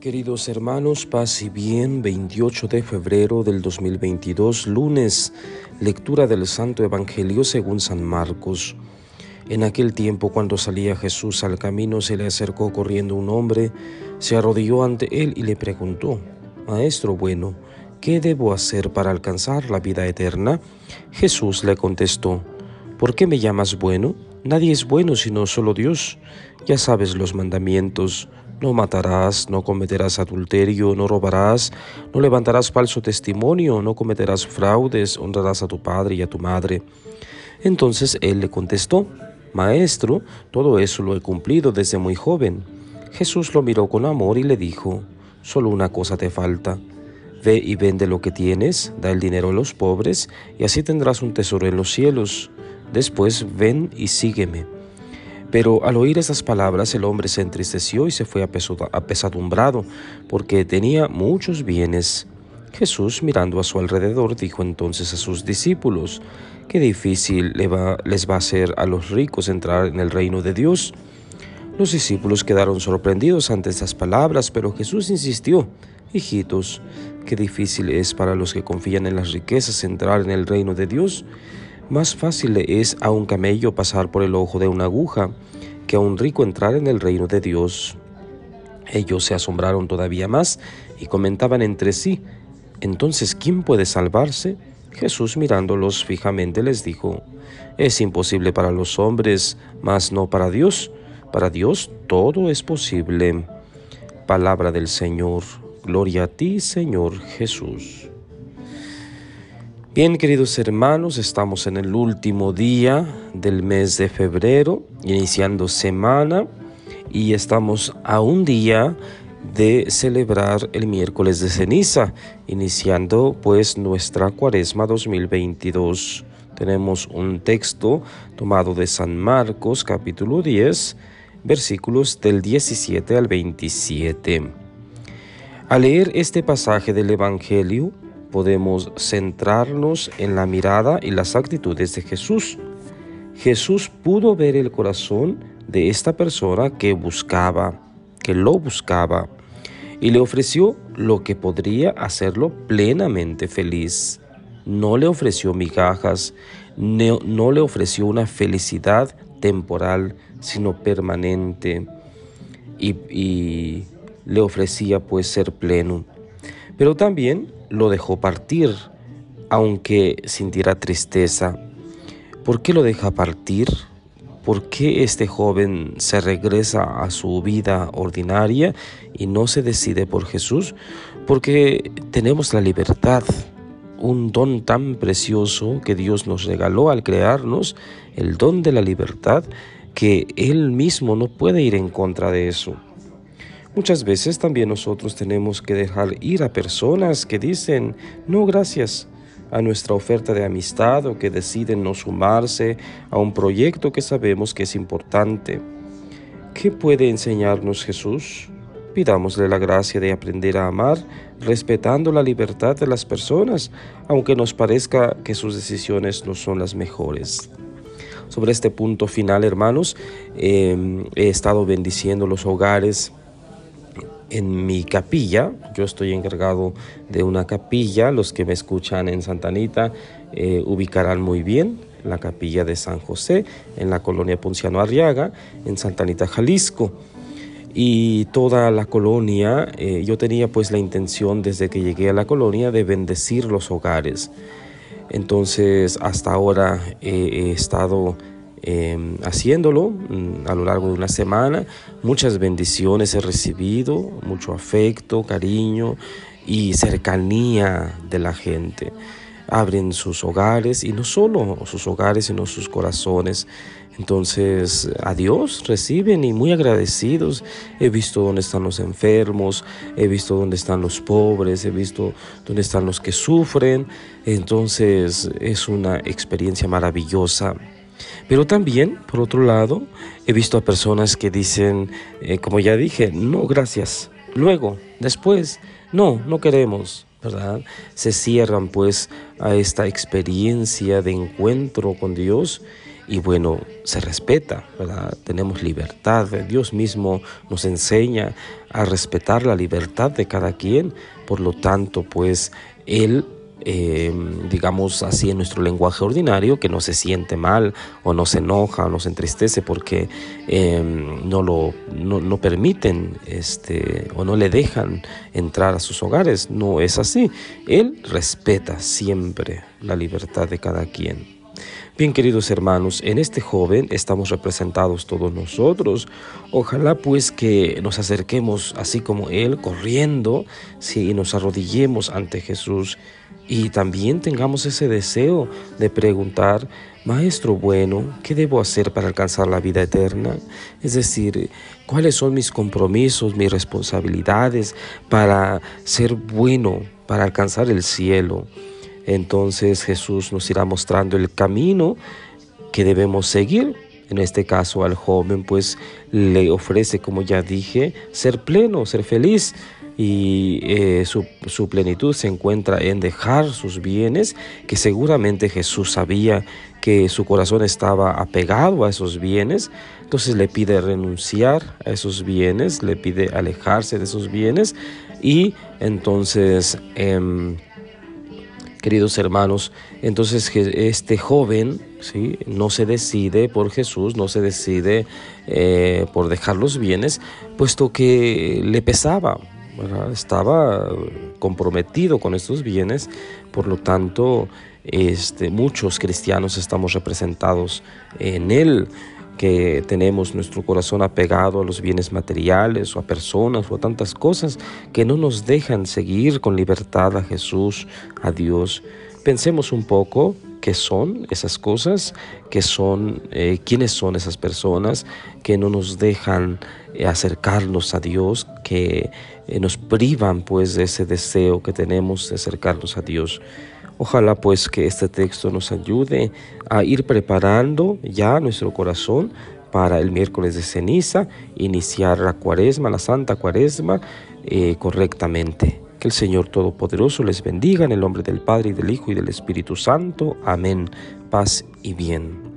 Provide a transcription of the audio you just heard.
Queridos hermanos, paz y bien, 28 de febrero del 2022, lunes, lectura del Santo Evangelio según San Marcos. En aquel tiempo, cuando salía Jesús al camino, se le acercó corriendo un hombre, se arrodilló ante él y le preguntó: «Maestro bueno, ¿qué debo hacer para alcanzar la vida eterna?». Jesús le contestó: «¿Por qué me llamas bueno? Nadie es bueno sino solo Dios. Ya sabes los mandamientos: no matarás, no cometerás adulterio, no robarás, no levantarás falso testimonio, no cometerás fraudes, honrarás a tu padre y a tu madre». Entonces él le contestó: «Maestro, todo eso lo he cumplido desde muy joven». Jesús lo miró con amor y le dijo: «Solo una cosa te falta. Ve y vende lo que tienes, da el dinero a los pobres, y así tendrás un tesoro en los cielos. Después ven y sígueme». Pero al oír esas palabras, el hombre se entristeció y se fue apesadumbrado, porque tenía muchos bienes. Jesús, mirando a su alrededor, dijo entonces a sus discípulos: «Qué difícil les va a ser a los ricos entrar en el reino de Dios». Los discípulos quedaron sorprendidos ante estas palabras, pero Jesús insistió: «Hijitos, qué difícil es para los que confían en las riquezas entrar en el reino de Dios. Más fácil le es a un camello pasar por el ojo de una aguja que a un rico entrar en el reino de Dios». Ellos se asombraron todavía más y comentaban entre sí: «Entonces, ¿quién puede salvarse?». Jesús, mirándolos fijamente, les dijo: «Es imposible para los hombres, mas no para Dios. Para Dios todo es posible». Palabra del Señor. Gloria a ti, Señor Jesús. Bien, queridos hermanos, estamos en el último día del mes de febrero, iniciando semana, y estamos a un día de celebrar el miércoles de ceniza, iniciando pues nuestra cuaresma 2022. Tenemos un texto tomado de San Marcos, capítulo 10, versículos del 17 al 27. Al leer este pasaje del Evangelio, podemos centrarnos en la mirada y las actitudes de Jesús. Jesús pudo ver el corazón de esta persona que lo buscaba, y le ofreció lo que podría hacerlo plenamente feliz. No le ofreció migajas, no le ofreció una felicidad temporal, sino permanente, y le ofrecía pues ser pleno. Pero también lo dejó partir, aunque sintiera tristeza. ¿Por qué lo deja partir? ¿Por qué este joven se regresa a su vida ordinaria y no se decide por Jesús? Porque tenemos la libertad, un don tan precioso que Dios nos regaló al crearnos, el don de la libertad, que Él mismo no puede ir en contra de eso. Muchas veces también nosotros tenemos que dejar ir a personas que dicen no gracias a nuestra oferta de amistad, o que deciden no sumarse a un proyecto que sabemos que es importante. ¿Qué puede enseñarnos Jesús? Pidámosle la gracia de aprender a amar, respetando la libertad de las personas, aunque nos parezca que sus decisiones no son las mejores. Sobre este punto final, hermanos, he estado bendiciendo los hogares en mi capilla. Yo estoy encargado de una capilla. Los que me escuchan en Santa Anita ubicarán muy bien la capilla de San José en la colonia Ponciano Arriaga, en Santa Anita, Jalisco. Y toda la colonia, yo tenía pues la intención desde que llegué a la colonia de bendecir los hogares. Entonces hasta ahora he estado haciéndolo a lo largo de una semana. Muchas bendiciones he recibido, mucho afecto, cariño y cercanía de la gente. Abren sus hogares, y no solo sus hogares, sino sus corazones. Entonces a Dios reciben, y muy agradecidos. He visto dónde están los enfermos, he visto dónde están los pobres, he visto dónde están los que sufren. Entonces es una experiencia maravillosa. Pero también, por otro lado, he visto a personas que dicen, como ya dije, no, gracias, luego, después, no queremos, ¿verdad? Se cierran pues a esta experiencia de encuentro con Dios, y bueno, se respeta, ¿verdad? Tenemos libertad. Dios mismo nos enseña a respetar la libertad de cada quien. Por lo tanto, pues Él, digamos así en nuestro lenguaje ordinario, que no se siente mal o no se enoja o no se entristece porque no permiten o no le dejan entrar a sus hogares. No es así. Él respeta siempre la libertad de cada quien. Bien, queridos hermanos, en este joven estamos representados todos nosotros. Ojalá pues que nos acerquemos así como él, corriendo, sí, y nos arrodillemos ante Jesús y también tengamos ese deseo de preguntar: Maestro bueno, ¿qué debo hacer para alcanzar la vida eterna? Es decir, ¿cuáles son mis compromisos, mis responsabilidades para ser bueno, para alcanzar el cielo? Entonces Jesús nos irá mostrando el camino que debemos seguir. En este caso al joven pues le ofrece, como ya dije, ser pleno, ser feliz. Y su plenitud se encuentra en dejar sus bienes, que seguramente Jesús sabía que su corazón estaba apegado a esos bienes. Entonces le pide renunciar a esos bienes, le pide alejarse de esos bienes y entonces... Queridos hermanos, entonces este joven, ¿sí?, no se decide por Jesús, no se decide por dejar los bienes, puesto que le pesaba, ¿verdad? Estaba comprometido con estos bienes. Por lo tanto, muchos cristianos estamos representados en él, que tenemos nuestro corazón apegado a los bienes materiales o a personas o a tantas cosas que no nos dejan seguir con libertad a Jesús, a Dios. Pensemos un poco qué son esas cosas, quiénes son esas personas que no nos dejan acercarnos a Dios, que nos privan pues de ese deseo que tenemos de acercarnos a Dios. Ojalá pues que este texto nos ayude a ir preparando ya nuestro corazón para el miércoles de ceniza, iniciar la cuaresma, la Santa Cuaresma, correctamente. Que el Señor Todopoderoso les bendiga en el nombre del Padre, y del Hijo, y del Espíritu Santo. Amén. Paz y bien.